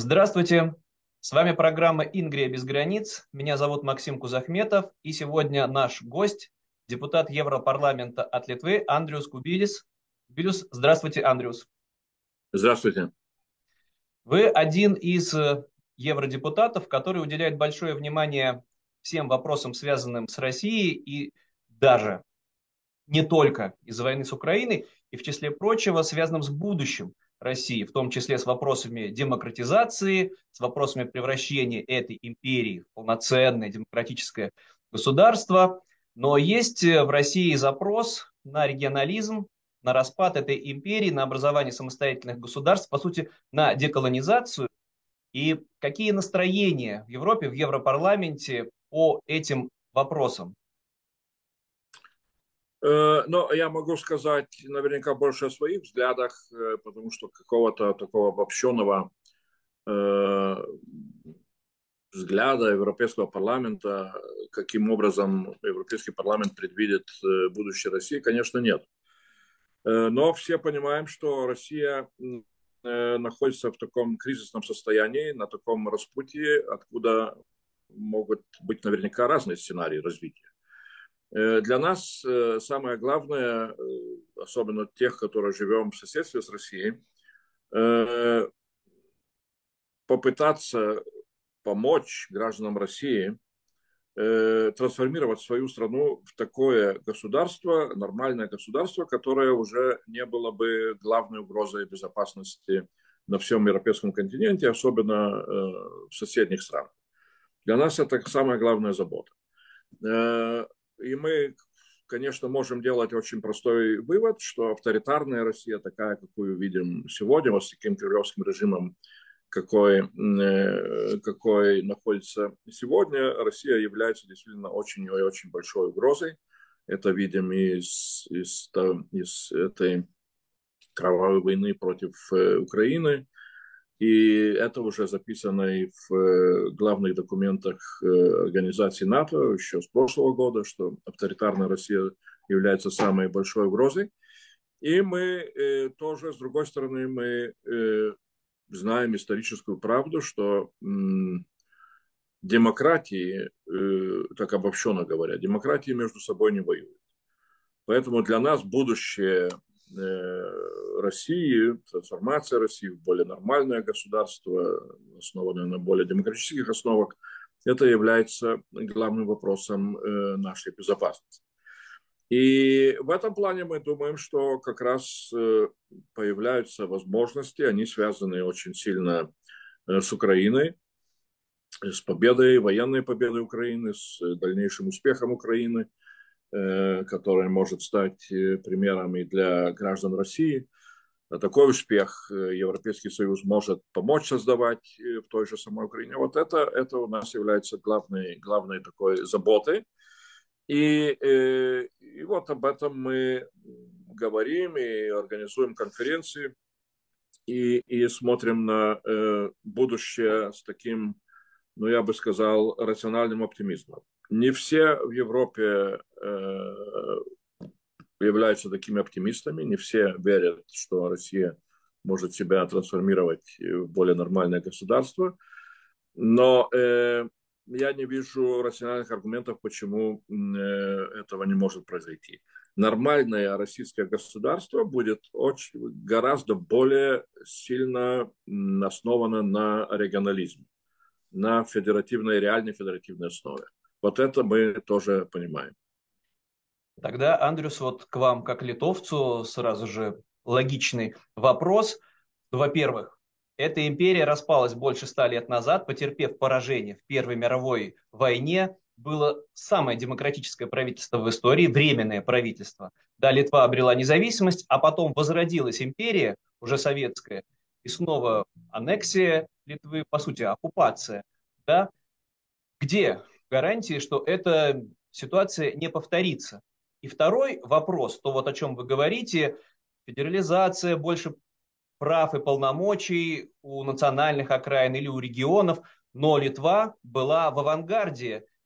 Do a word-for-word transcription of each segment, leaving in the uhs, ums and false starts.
Здравствуйте! С вами программа «Ингрия без границ». Меня зовут Максим Кузахметов. И сегодня наш гость, депутат Европарламента от Литвы Андриус Кубилис. Кубилис, здравствуйте, Андриус. Здравствуйте. Вы один из э, евродепутатов, который уделяет большое внимание всем вопросам, связанным с Россией, и даже не только из-за войны с Украиной, и в числе прочего связанным с будущим России, в том числе с вопросами демократизации, с вопросами превращения этой империи в полноценное демократическое государство. Но есть э, в России запрос на регионализм, на распад этой империи, на образование самостоятельных государств, по сути, на деколонизацию. И какие настроения в Европе, в Европарламенте по этим вопросам? Э, Но я могу сказать наверняка больше о своих взглядах, э, потому что какого-то такого обобщенного э, взгляда Европейского парламента, каким образом Европейский парламент предвидит э, будущее России, конечно, нет. Э, Но все понимаем, что Россия э, находится в таком кризисном состоянии, на таком распутье, откуда могут быть наверняка разные сценарии развития. Э, Для нас э, самое главное, э, особенно тех, которые живем в соседстве с Россией, э, попытаться помочь гражданам России э, трансформировать свою страну в такое государство, нормальное государство, которое уже не было бы главной угрозой безопасности на всем европейском континенте, особенно э, в соседних странах. Для нас это самая главная забота. Э, И мы, конечно, можем делать очень простой вывод, что авторитарная Россия, такая, какую видим сегодня, вот с таким кремлевским режимом, какой, э, какой находится сегодня, Россия является действительно очень и очень большой угрозой. Это видим из, из, из этой кровавой войны против э, Украины. И это уже записано и в э, главных документах э, организации НАТО еще с прошлого года, что авторитарная Россия является самой большой угрозой. И мы э, тоже, с другой стороны, мы э, знаем историческую правду, что м, демократии, э, так обобщенно говоря, демократии между собой не воюют. Поэтому для нас будущее э, России, трансформация России в более нормальное государство, основанное на более демократических основах, это является главным вопросом э, нашей безопасности. И в этом плане мы думаем, что как раз э, появляются возможности, они связаны очень сильно э, с Украиной, с победой, военной победой Украины, с дальнейшим успехом Украины, э, которая может стать э, примером и для граждан России. А такой успех э, Европейский Союз может помочь создавать э, в той же самой Украине. Вот это, это у нас является главной, главной такой заботой. И, э, и вот об этом мы говорим и организуем конференции и, и смотрим на э, будущее с таким, ну, я бы сказал, рациональным оптимизмом. Не все в Европе э, являются такими оптимистами, не все верят, что Россия может себя трансформировать в более нормальное государство, но э, я не вижу рациональных аргументов, почему э, этого не может произойти. Нормальное российское государство будет очень, гораздо более сильно основано на регионализме, на федеративной, реальной федеративной основе. Вот это мы тоже понимаем. Тогда, Андрюс, вот к вам, как литовцу, сразу же логичный вопрос. Ну, во-первых, эта империя распалась больше ста лет назад, потерпев поражение в Первой мировой войне. Было самое демократическое правительство в истории, временное правительство. Да, Литва обрела независимость, а потом возродилась империя, уже советская, и снова аннексия Литвы, по сути, оккупация. Да? Где гарантии, что эта ситуация не повторится? И второй вопрос, то вот о чем вы говорите, федерализация, больше прав и полномочий у национальных окраин или у регионов, но Литва была в авангарде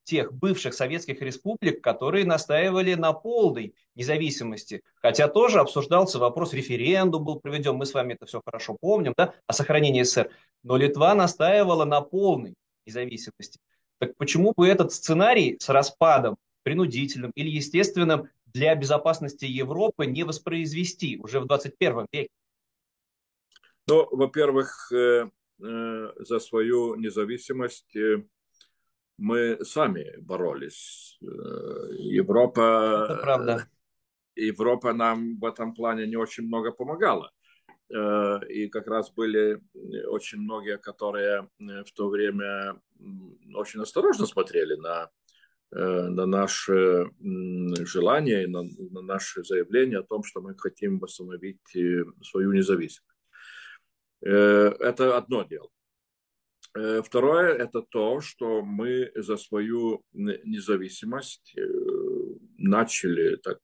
тех бывших советских республик, которые настаивали на полной независимости. Хотя тоже обсуждался вопрос, референдум был проведен, мы с вами это все хорошо помним, да, о сохранении СССР. Но Литва настаивала на полной независимости. Так почему бы этот сценарий с распадом, принудительным или естественным, для безопасности Европы не воспроизвести уже в двадцать первом веке? Ну, во-первых, э, э, за свою независимость э, мы сами боролись. Э, Это Европа, правда. Европа нам в этом плане не очень много помогала. Э, И как раз были очень многие, которые э, в то время м, очень осторожно смотрели на, э, на наше м, желание, на, на наше заявление о том, что мы хотим восстановить э, свою независимость. Э, Это одно дело. Э, Второе – это то, что мы за свою независимость э, начали так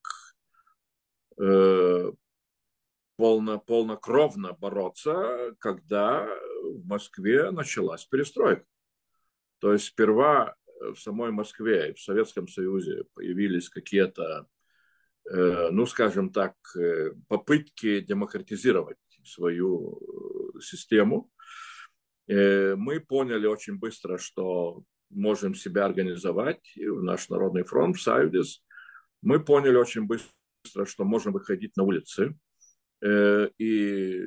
э, полно, полнокровно бороться, когда в Москве началась перестройка. То есть сперва в самой Москве и в Советском Союзе появились какие-то, э, ну, скажем так, э, попытки демократизировать свою э, систему. Э, Мы поняли очень быстро, что можем себя организовать, и в наш Народный фронт, в Союз. Мы поняли очень быстро, что можем выходить на улицы э, и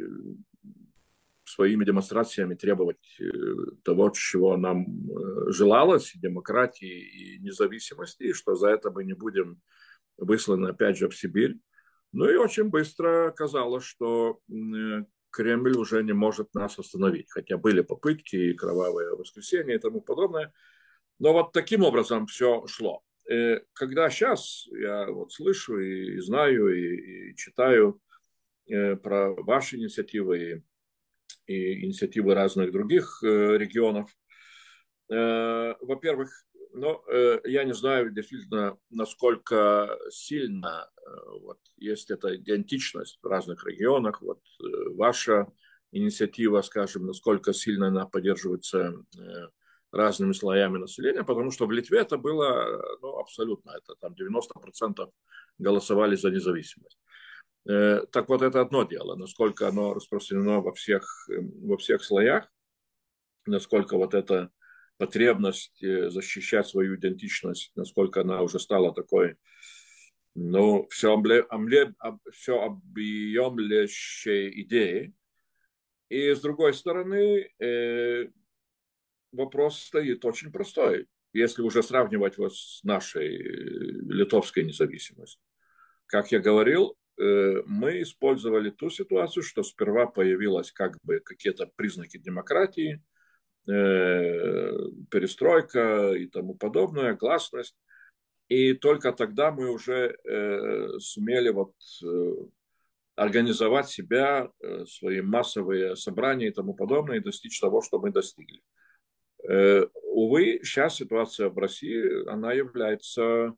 своими демонстрациями требовать э, того, чего нам э, желалось, демократии и независимости, и что за это мы не будем высланы опять же в Сибирь. Ну и очень быстро оказалось, что э, Кремль уже не может нас остановить, хотя были попытки и кровавое воскресенье и тому подобное. Но вот таким образом все шло. Э, Когда сейчас я вот слышу и знаю, и, и читаю э, про ваши инициативы и, и инициативы разных других э, регионов, э, во-первых, ну, э, я не знаю действительно, насколько сильно э, вот, есть эта идентичность в разных регионах. Вот э, ваша инициатива, скажем, насколько сильно она поддерживается э, разными слоями населения, потому что в Литве это было ну, абсолютно, это там девяносто процентов голосовали за независимость. Э, так вот, это одно дело, насколько оно распространено во всех, э, во всех слоях, насколько вот эта потребность э, защищать свою идентичность, насколько она уже стала такой, ну, все, омле, омле, об, все объемлющей идеей. И с другой стороны, э, вопрос стоит очень простой. Если уже сравнивать вот с нашей э, литовской независимостью. Как я говорил, э, мы использовали ту ситуацию, что сперва появилось как бы какие-то признаки демократии, э, перестройка и тому подобное, гласность. И только тогда мы уже э, сумели вот, э, организовать себя, э, свои массовые собрания и тому подобное, и достичь того, что мы достигли. Э, увы, сейчас ситуация в России, она является, э,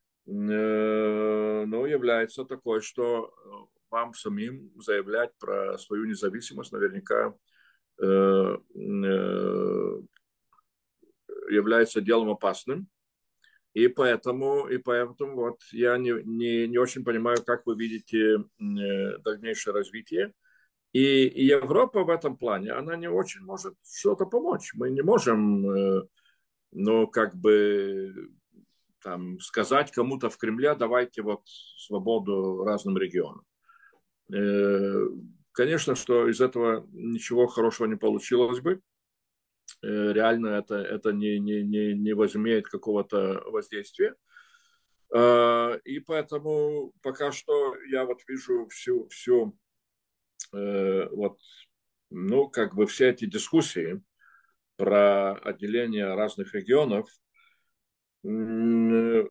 ну, является такой, что вам самим заявлять про свою независимость наверняка э, э, является делом опасным. И поэтому, и поэтому вот я не, не, не очень понимаю, как вы видите э, дальнейшее развитие. И, и Европа в этом плане, она не очень может что-то помочь. Мы не можем, э, ну, как бы, там, сказать кому-то в Кремле, давайте вот свободу разным регионам. Э, конечно, что из этого ничего хорошего не получилось бы. Реально это, это не, не, не, не возымеет какого-то воздействия. И поэтому пока что я вот вижу всю, всю вот, ну, как бы все эти дискуссии про отделение разных регионов не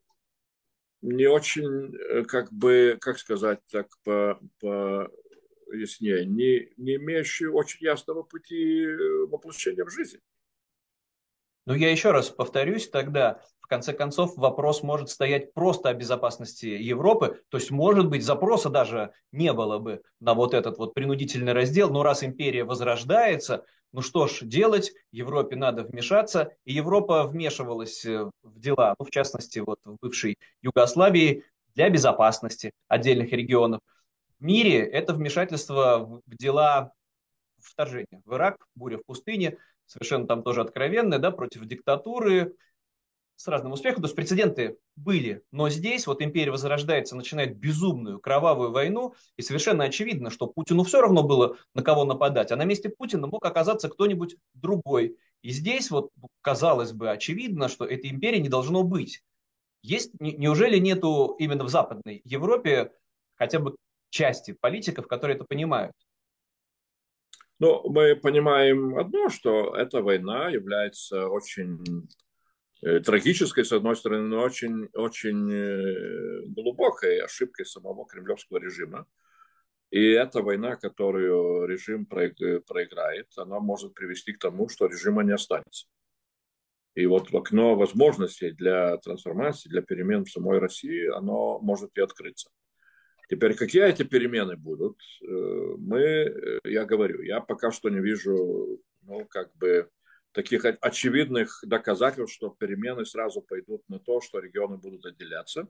очень, как бы, как сказать так, по, по яснее, не, не имеющие очень ясного пути воплощения в жизнь. Но я еще раз повторюсь, тогда, в конце концов, вопрос может стоять просто о безопасности Европы. То есть, может быть, запроса даже не было бы на вот этот вот принудительный раздел, но раз империя возрождается, ну что ж делать, Европе надо вмешаться, и Европа вмешивалась в дела, ну, в частности, вот в бывшей Югославии для безопасности отдельных регионов. В мире это вмешательство в дела вторжения в Ирак, буря в пустыне, совершенно там тоже откровенное, да, против диктатуры, с разным успехом. То есть прецеденты были, но здесь вот империя возрождается, начинает безумную кровавую войну, и совершенно очевидно, что Путину все равно было на кого нападать, а на месте Путина мог оказаться кто-нибудь другой. И здесь вот, казалось бы, очевидно, что этой империи не должно быть. Есть, неужели нету именно в Западной Европе хотя бы части политиков, которые это понимают? Но мы понимаем одно, что эта война является очень э, трагической, с одной стороны, но очень, очень э, глубокой ошибкой самого кремлевского режима. И эта война, которую режим проиграет, она может привести к тому, что режима не останется. И вот окно возможностей для трансформации, для перемен в самой России, оно может и открыться. Теперь, какие эти перемены будут, мы, я говорю, я пока что не вижу, ну, как бы, таких очевидных доказательств, что перемены сразу пойдут на то, что регионы будут отделяться.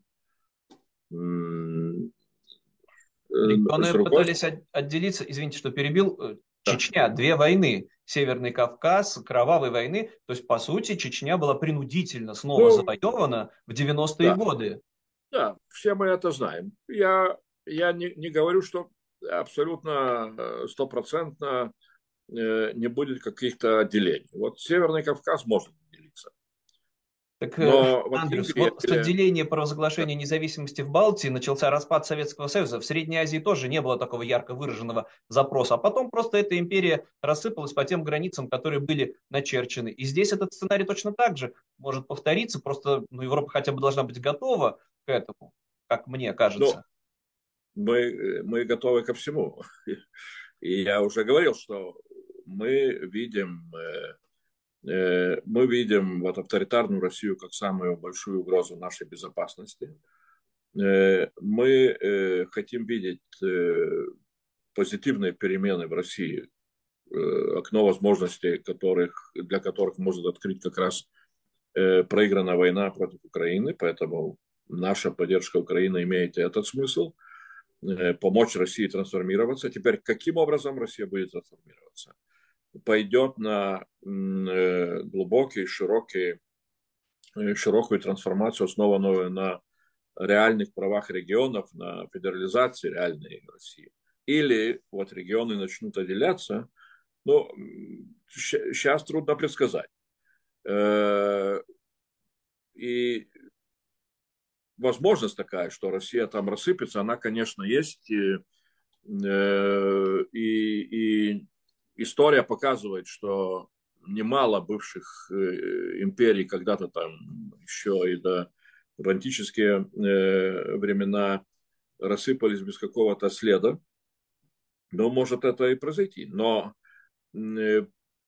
С Регионы другой пытались стороны, отделиться, извините, что перебил, э, да, Чечня, две войны, Северный Кавказ, кровавой войны, то есть, по сути, Чечня была принудительно снова ну, завоевана в девяностые да, годы. да, все мы это знаем. Я, я не, не говорю, что абсолютно э, стопроцентно э, не будет каких-то отделений. Вот Северный Кавказ может отделиться. Так, э, Но вот Андрюс, Ингрия, вот с или, отделения да, провозглашения независимости в Балтии начался распад Советского Союза. В Средней Азии тоже не было такого ярко выраженного запроса. А потом просто эта империя рассыпалась по тем границам, которые были начерчены. И здесь этот сценарий точно так же может повториться. Просто ну, Европа хотя бы должна быть готова к этому, как мне ну, кажется. мы, мы готовы ко всему. И я уже говорил, что мы видим, э, э, мы видим вот авторитарную Россию как самую большую угрозу нашей безопасности. Э, мы э, хотим видеть э, позитивные перемены в России, э, окно возможностей, которых, для которых может открыть как раз э, проигранная война против Украины, поэтому наша поддержка Украины имеет этот смысл, э, помочь России трансформироваться. Теперь, каким образом Россия будет трансформироваться? Пойдет на э, глубокий, широкий, э, широкую трансформацию, основанную на реальных правах регионов, на федерализации реальной России. Или вот регионы начнут отделяться, ну, сейчас трудно предсказать. Э, И возможность такая, что Россия там рассыпется, она, конечно, есть. И, э, и, и история показывает, что немало бывших э, империй когда-то там еще и до в антические э, времена рассыпались без какого-то следа. Но может это и произойти. Но э,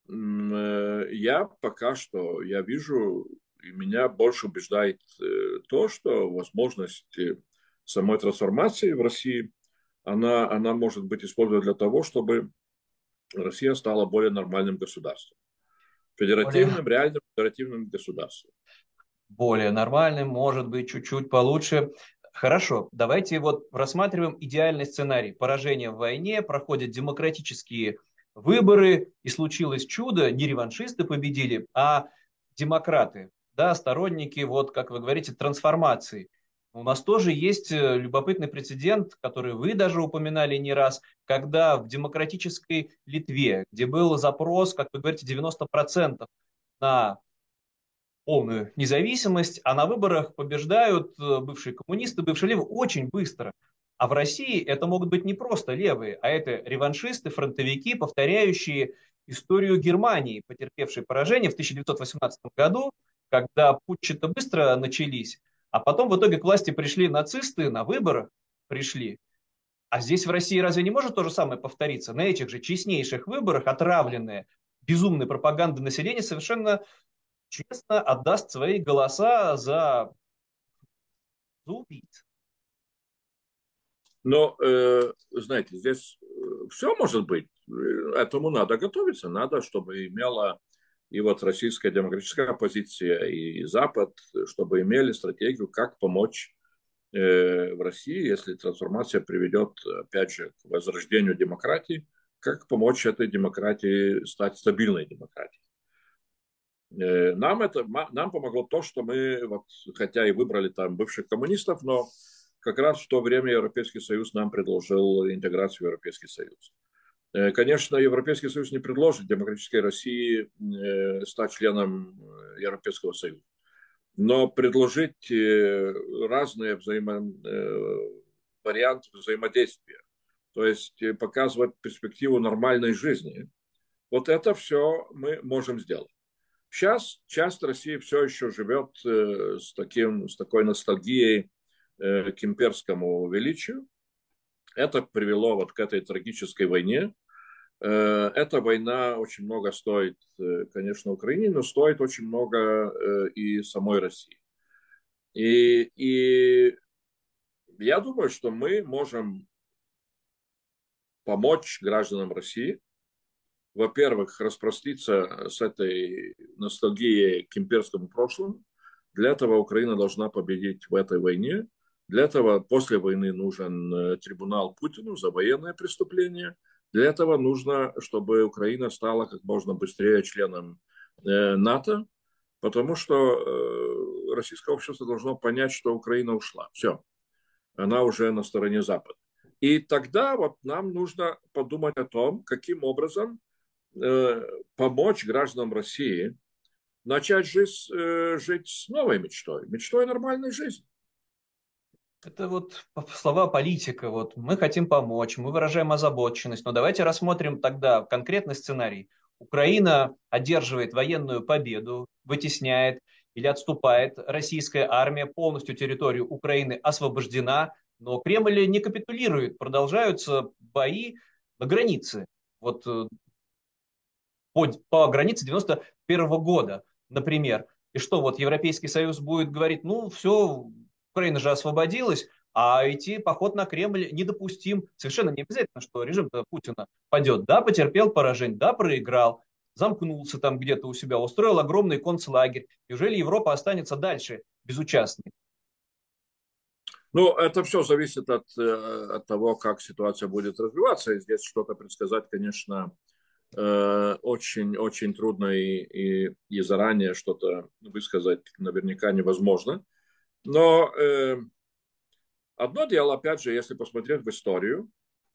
э, я пока что, я вижу, и меня больше убеждает э, то, что возможность э, самой трансформации в России, она, она может быть использована для того, чтобы Россия стала более нормальным государством. Более, Федеративным, реальным федеративным государством. более нормальным, может быть, чуть-чуть получше. Хорошо, давайте вот рассматриваем идеальный сценарий. Поражение в войне, проходят демократические выборы, и случилось чудо, не реваншисты победили, а демократы, да, сторонники, вот, как вы говорите, трансформации. У нас тоже есть э, любопытный прецедент, который вы даже упоминали не раз, когда в демократической Литве, где был запрос, как вы говорите, девяносто процентов на полную независимость, а на выборах побеждают э, бывшие коммунисты, бывшие левые очень быстро. А в России это могут быть не просто левые, а это реваншисты, фронтовики, повторяющие историю Германии, потерпевшей поражение в тысяча девятьсот восемнадцатом году, когда путчи-то быстро начались, а потом в итоге к власти пришли нацисты, на выборах пришли. А здесь в России разве не может то же самое повториться? На этих же честнейших выборах отравленные безумной пропагандой населения совершенно честно отдаст свои голоса за, за убийц. Но, э, знаете, здесь все может быть. этому надо готовиться, надо, чтобы имела и вот российская демократическая оппозиция, и Запад, чтобы имели стратегию, как помочь э, в России, если трансформация приведет, опять же, к возрождению демократии, как помочь этой демократии стать стабильной демократией. Э, нам, это, нам помогло то, что мы, вот, хотя и выбрали там бывших коммунистов, но как раз в то время Европейский Союз нам предложил интеграцию в Европейский Союз. Конечно, Европейский Союз не предложит демократической России стать членом Европейского Союза, но предложить разные взаимо... варианты взаимодействия, то есть показывать перспективу нормальной жизни. Вот это все мы можем сделать. Сейчас часть России все еще живет с, таким, с такой ностальгией к имперскому величию. Это привело вот к этой трагической войне. Эта война очень много стоит, конечно, Украине, но стоит очень много и самой России. И, и я думаю, что мы можем помочь гражданам России, во-первых, распроститься с этой ностальгией к имперскому прошлому. Для этого Украина должна победить в этой войне. Для этого после войны нужен трибунал Путину за военные преступления. Для этого нужно, чтобы Украина стала как можно быстрее членом НАТО, потому что российское общество должно понять, что Украина ушла. Все, она уже на стороне Запада. И тогда вот нам нужно подумать о том, каким образом помочь гражданам России начать жить, жить с новой мечтой, мечтой нормальной жизни. Это вот слова политика. Вот мы хотим помочь, мы выражаем озабоченность. Но давайте рассмотрим тогда конкретный сценарий. Украина одерживает военную победу, вытесняет или отступает. Российская армия, полностью территорию Украины освобождена, но Кремль не капитулирует. Продолжаются бои на границе. Вот по, по границе девяносто первого года, например. И что, вот Европейский Союз будет говорить, ну все, Украина же освободилась, а идти поход на Кремль недопустим. Совершенно не обязательно, что режим Путина падет. Да, потерпел поражение, да, проиграл, замкнулся там где-то у себя, устроил огромный концлагерь. Неужели Европа останется дальше безучастной? Ну, это все зависит от, от того, как ситуация будет развиваться. И здесь что-то предсказать, конечно, очень-очень трудно и, и, и заранее что-то высказать наверняка невозможно. Но э, одно дело, опять же, если посмотреть в историю,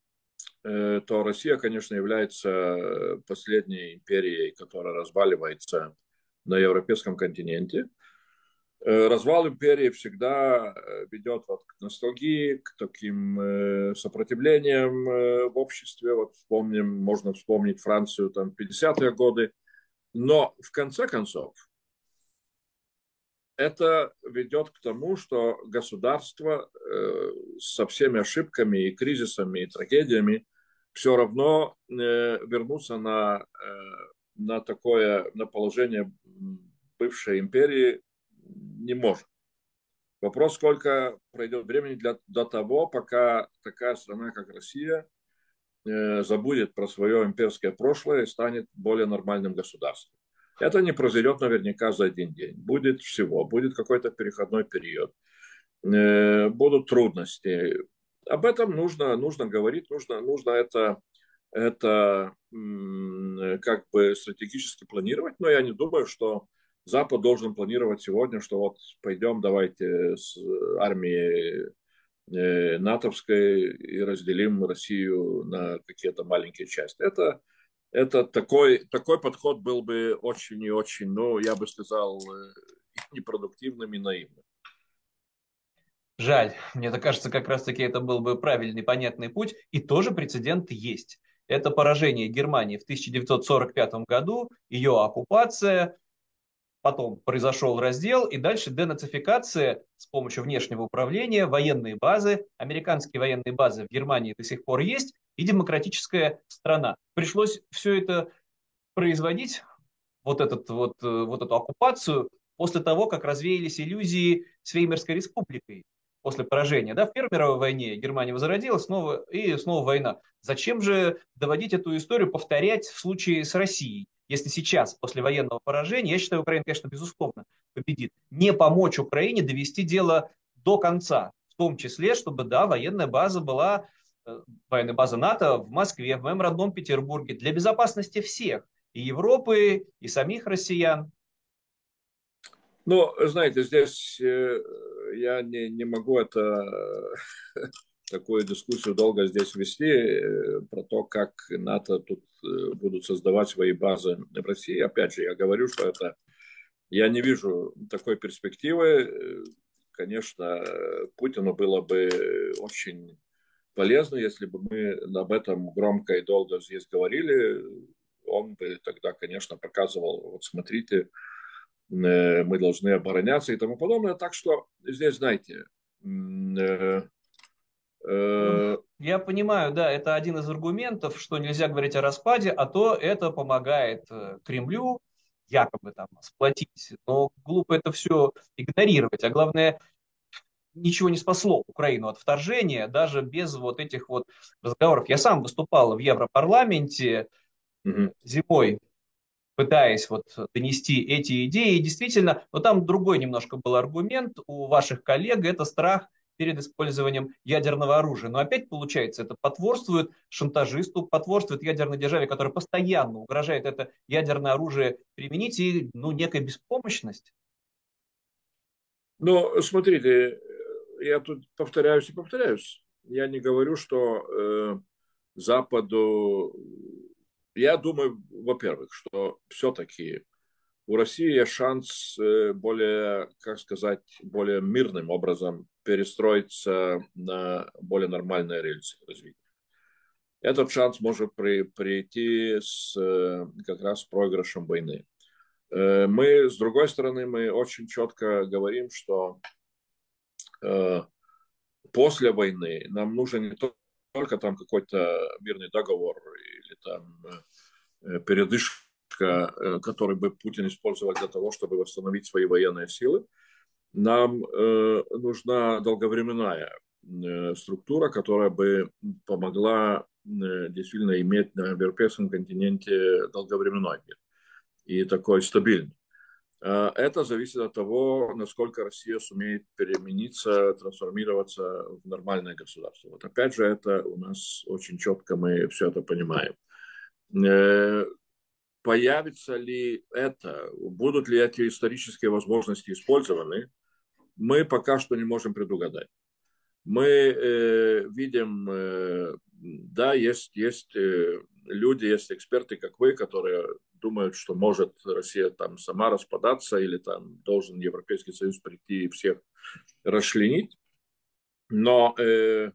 э, то Россия, конечно, является последней империей, которая разваливается на европейском континенте. Э, развал империи всегда ведет вот к ностальгии, к таким э, сопротивлениям э, в обществе. Вот вспомним, можно вспомнить Францию там в пятидесятые годы. Но в конце концов, это ведет к тому, что государство э, со всеми ошибками и кризисами и трагедиями все равно э, вернуться на, э, на такое на положение бывшей империи не может. Вопрос, сколько пройдет времени для, до того, пока такая страна, как Россия, э, забудет про свое имперское прошлое и станет более нормальным государством. Это не произойдет наверняка за один день. Будет всего, будет какой-то переходной период, э, будут трудности. Об этом нужно, нужно говорить, нужно, нужно это, это м, как бы стратегически планировать, но я не думаю, что Запад должен планировать сегодня, что вот пойдем давайте с армией э, натовской и разделим Россию на какие-то маленькие части. Это это такой, такой подход был бы очень и очень, ну, я бы сказал, непродуктивным и наивным. Жаль. Мне так кажется, как раз-таки это был бы правильный, понятный путь. И тоже прецедент есть. Это поражение Германии в тысяча девятьсот сорок пятом году, ее оккупация, потом произошел раздел, и дальше денацификация с помощью внешнего управления, военные базы, американские военные базы в Германии до сих пор есть, и демократическая страна. Пришлось все это производить, вот, этот, вот, вот эту оккупацию, после того, как развеялись иллюзии с Веймарской республикой. после поражения. Да, в Первой мировой войне Германия возродилась, снова, и снова война. Зачем же доводить эту историю, повторять в случае с Россией? Если сейчас, после военного поражения, я считаю, Украина, конечно, безусловно победит, не помочь Украине довести дело до конца. В том числе, чтобы, да, военная база была, э, военная база НАТО в Москве, в моем родном Петербурге, для безопасности всех, и Европы, и самих россиян. Ну, знаете, здесь э, я не, не могу это, такую дискуссию долго здесь вести э, про то, как НАТО тут э, будут создавать свои базы в России. Опять же, я говорю, что это я не вижу такой перспективы. Э, Конечно, э, Путину было бы очень полезно, если бы мы об этом громко и долго здесь говорили. Он бы тогда, конечно, показывал, вот смотрите, э, мы должны обороняться и тому подобное. Так что здесь, знаете, э, Ну, э, я понимаю, да, это один из аргументов, что нельзя говорить о распаде, а то это помогает э, Кремлю якобы там сплотить. Но глупо это все игнорировать. А главное, ничего не спасло Украину от вторжения, даже без вот этих вот разговоров. Я сам выступал в Европарламенте мгм. зимой, пытаясь вот донести эти идеи. И действительно, но там другой немножко был аргумент у ваших коллег, это страх перед использованием ядерного оружия. Но опять получается, это потворствует шантажисту, потворствует ядерной державе, которая постоянно угрожает это ядерное оружие применить, и ну, некая беспомощность. Но смотрите, я тут повторяюсь и повторяюсь. Я не говорю, что э, Западу... Я думаю, во-первых, что все-таки у России есть шанс э, более, как сказать, более мирным образом перестроиться на более нормальные рельсы развития. Этот шанс может при, прийти с, э, как раз с проигрышем войны. Э, Мы, с другой стороны, мы очень четко говорим, что э, после войны нам нужен не только там какой-то мирный договор или там э, передышка, э, который бы Путин использовал для того, чтобы восстановить свои военные силы. Нам э, нужна долговременная э, структура, которая бы помогла э, действительно иметь на европейском континенте долговременной мир и такой стабильный. Это зависит от того, насколько Россия сумеет перемениться, трансформироваться в нормальное государство. Вот опять же, это у нас очень четко мы все это понимаем. Появится ли это, будут ли эти исторические возможности использованы, мы пока что не можем предугадать. Мы э, видим, э, да, есть, есть э, люди, есть эксперты, как вы, которые думают, что может Россия там сама распадаться или там должен Европейский Союз прийти и всех расчленить. Но э,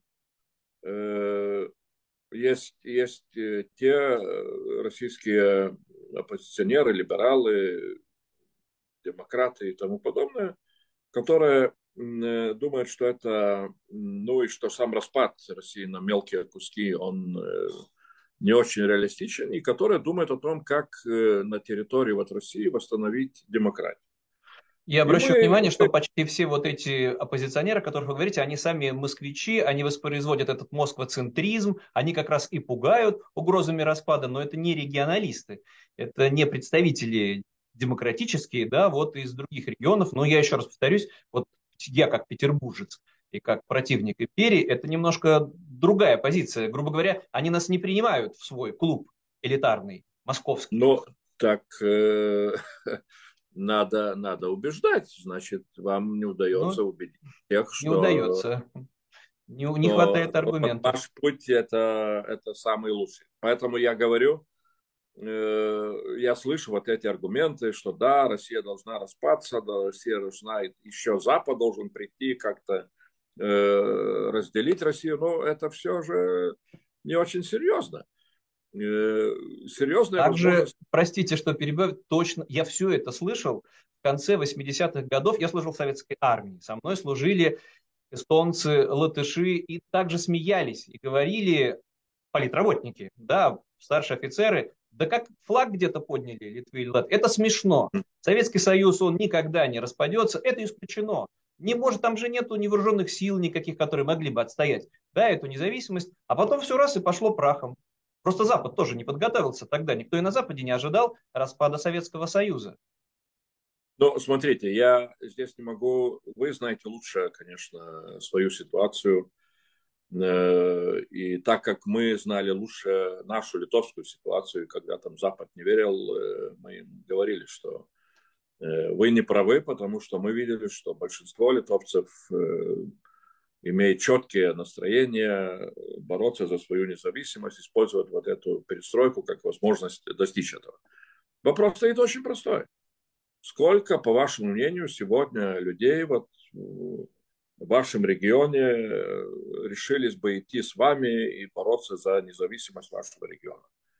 э, есть, есть те российские оппозиционеры, либералы, демократы и тому подобное, которые думают, что это, ну и что сам распад России на мелкие куски, он не очень реалистичен, и которые думают о том, как на территории вот России восстановить демократию. Я И обращу мы, внимание, что почти все вот эти оппозиционеры, о которых вы говорите, они сами москвичи, они воспроизводят этот москвоцентризм, они как раз и пугают угрозами распада, но это не регионалисты, это не представители демократические, да, вот из других регионов. Но я еще раз повторюсь, вот я как петербуржец и как противник империи, это немножко другая позиция. Грубо говоря, они нас не принимают в свой клуб элитарный, московский. ну, так э, надо, надо убеждать, значит, вам не удается Но убедить тех, не что, удается. Не, не что, хватает что аргументов. наш путь это, это самый лучший. Поэтому я говорю, э, я слышу вот эти аргументы, что да, Россия должна распаться, да, Россия должна, еще Запад должен прийти как-то э, разделить Россию, но это все же не очень серьезно. Э, серьезная Также, возможность. простите, что перебиваю, точно, я все это слышал в конце восьмидесятых годов, я служил в советской армии, со мной служили эстонцы, латыши, и также смеялись и говорили политработники, да, старшие офицеры, да как флаг где-то подняли Литвы или Латвии, это смешно. Советский Союз, он никогда не распадется, это исключено. Не может, там же нету невооруженных сил никаких, которые могли бы отстоять, да, эту независимость, а потом все раз и пошло прахом. Просто Запад тоже не подготовился тогда, никто и на Западе не ожидал распада Советского Союза. Ну, смотрите, я здесь не могу, вы знаете лучше, конечно, свою ситуацию. Э, И так как мы знали лучше нашу литовскую ситуацию, когда там Запад не верил, э, мы им говорили, что э, вы не правы, потому что мы видели, что большинство литовцев э, имеет четкие настроения бороться за свою независимость, использовать вот эту перестройку как возможность достичь этого. Вопрос стоит очень простой. Сколько, по вашему мнению, сегодня людей вот в вашем регионе решились бы идти с вами и бороться за независимость вашего региона?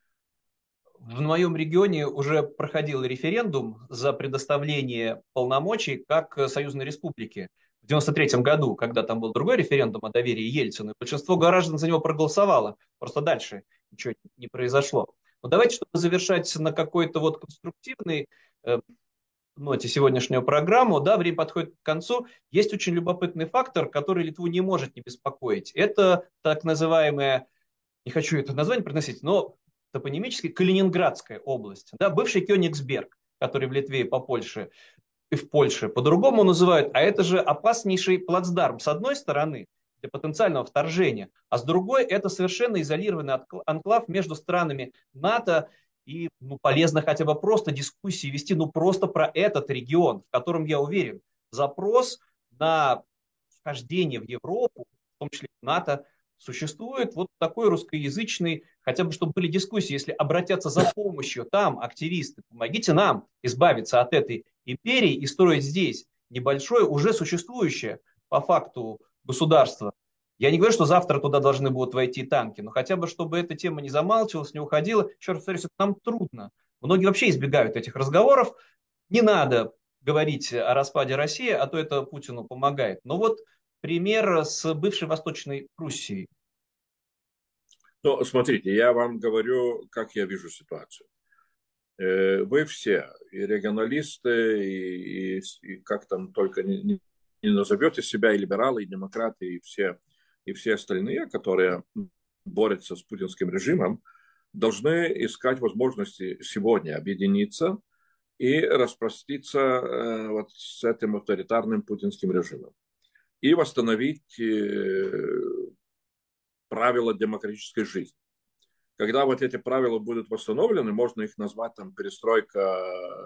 В моем регионе уже проходил референдум за предоставление полномочий как союзной республике. В девяносто третьем году, когда там был другой референдум о доверии Ельцину, большинство граждан за него проголосовало. Просто дальше ничего не произошло. Но давайте, чтобы завершать на какой-то вот конструктивной э, ноте сегодняшнюю программу, да, время подходит к концу. Есть очень любопытный фактор, который Литву не может не беспокоить. Это так называемая, не хочу это название произносить, но топонимически Калининградская область, да, бывший Кёнигсберг, который в Литве и по Польше, и в Польше по-другому называют, а это же опаснейший плацдарм с одной стороны для потенциального вторжения, а с другой это совершенно изолированный анклав между странами НАТО, и ну, полезно хотя бы просто дискуссии вести, ну просто про этот регион, в котором, я уверен, запрос на вхождение в Европу, в том числе в НАТО, существует вот такой русскоязычный, хотя бы чтобы были дискуссии, если обратятся за помощью там активисты, помогите нам избавиться от этой империи и строить здесь небольшое, уже существующее по факту государство. Я не говорю, что завтра туда должны будут войти танки, но хотя бы, чтобы эта тема не замалчивалась, не уходила. Еще раз повторюсь, это нам трудно. Многие вообще избегают этих разговоров. Не надо говорить о распаде России, а то это Путину помогает. Но вот пример с бывшей Восточной Пруссией. Ну, смотрите, я вам говорю, как я вижу ситуацию. Э, Вы все, и регионалисты, и, и, и как там только не, не, не назовете себя, и либералы, и демократы, и все, и все остальные, которые борются с путинским режимом, должны искать возможности сегодня объединиться и распроститься э, вот с этим авторитарным путинским режимом и восстановить э, правила демократической жизни. Когда вот эти правила будут восстановлены, можно их назвать там перестройка,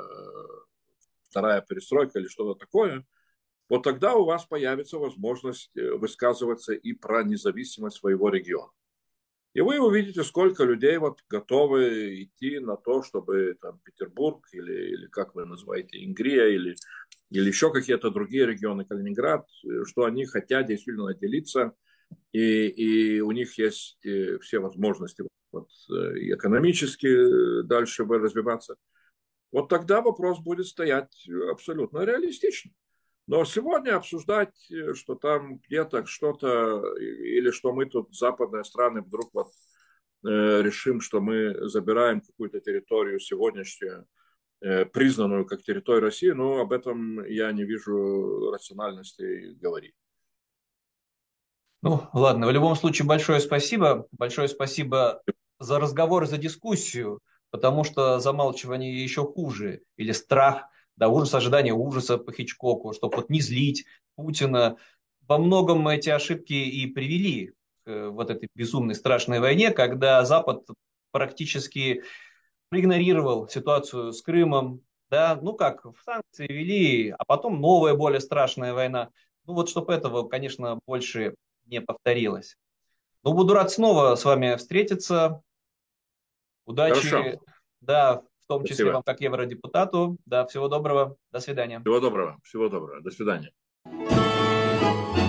вторая перестройка или что-то такое, вот тогда у вас появится возможность высказываться и про независимость своего региона. И вы увидите, сколько людей вот готовы идти на то, чтобы там Петербург или, или как вы называете, Ингрия или, или еще какие-то другие регионы, Калининград, что они хотят действительно делиться, и, и у них есть все возможности вот, и экономически дальше развиваться. Вот тогда вопрос будет стоять абсолютно реалистично. Но сегодня обсуждать, что там где-то что-то, или что мы тут, западные страны, вдруг вот э, решим, что мы забираем какую-то территорию сегодняшнюю, э, признанную как территорию России, ну, об этом я не вижу рациональности говорить. Ну, ладно, в любом случае большое спасибо. Большое спасибо за разговор и за дискуссию, потому что замалчивание еще хуже. Или страх, да, ужас, ожидание ужаса по Хичкоку, чтобы вот не злить Путина. Во многом эти ошибки и привели к э, вот этой безумной страшной войне, когда Запад практически проигнорировал ситуацию с Крымом, да, ну как, в санкции ввели, а потом новая, более страшная война. Ну вот, чтобы этого, конечно, больше не повторилось. Ну, буду рад снова с вами встретиться. Хорошо, Удачи, да, в том числе спасибо. вам как евродепутату. Да, всего доброго, до свидания. Всего доброго, всего доброго. До свидания.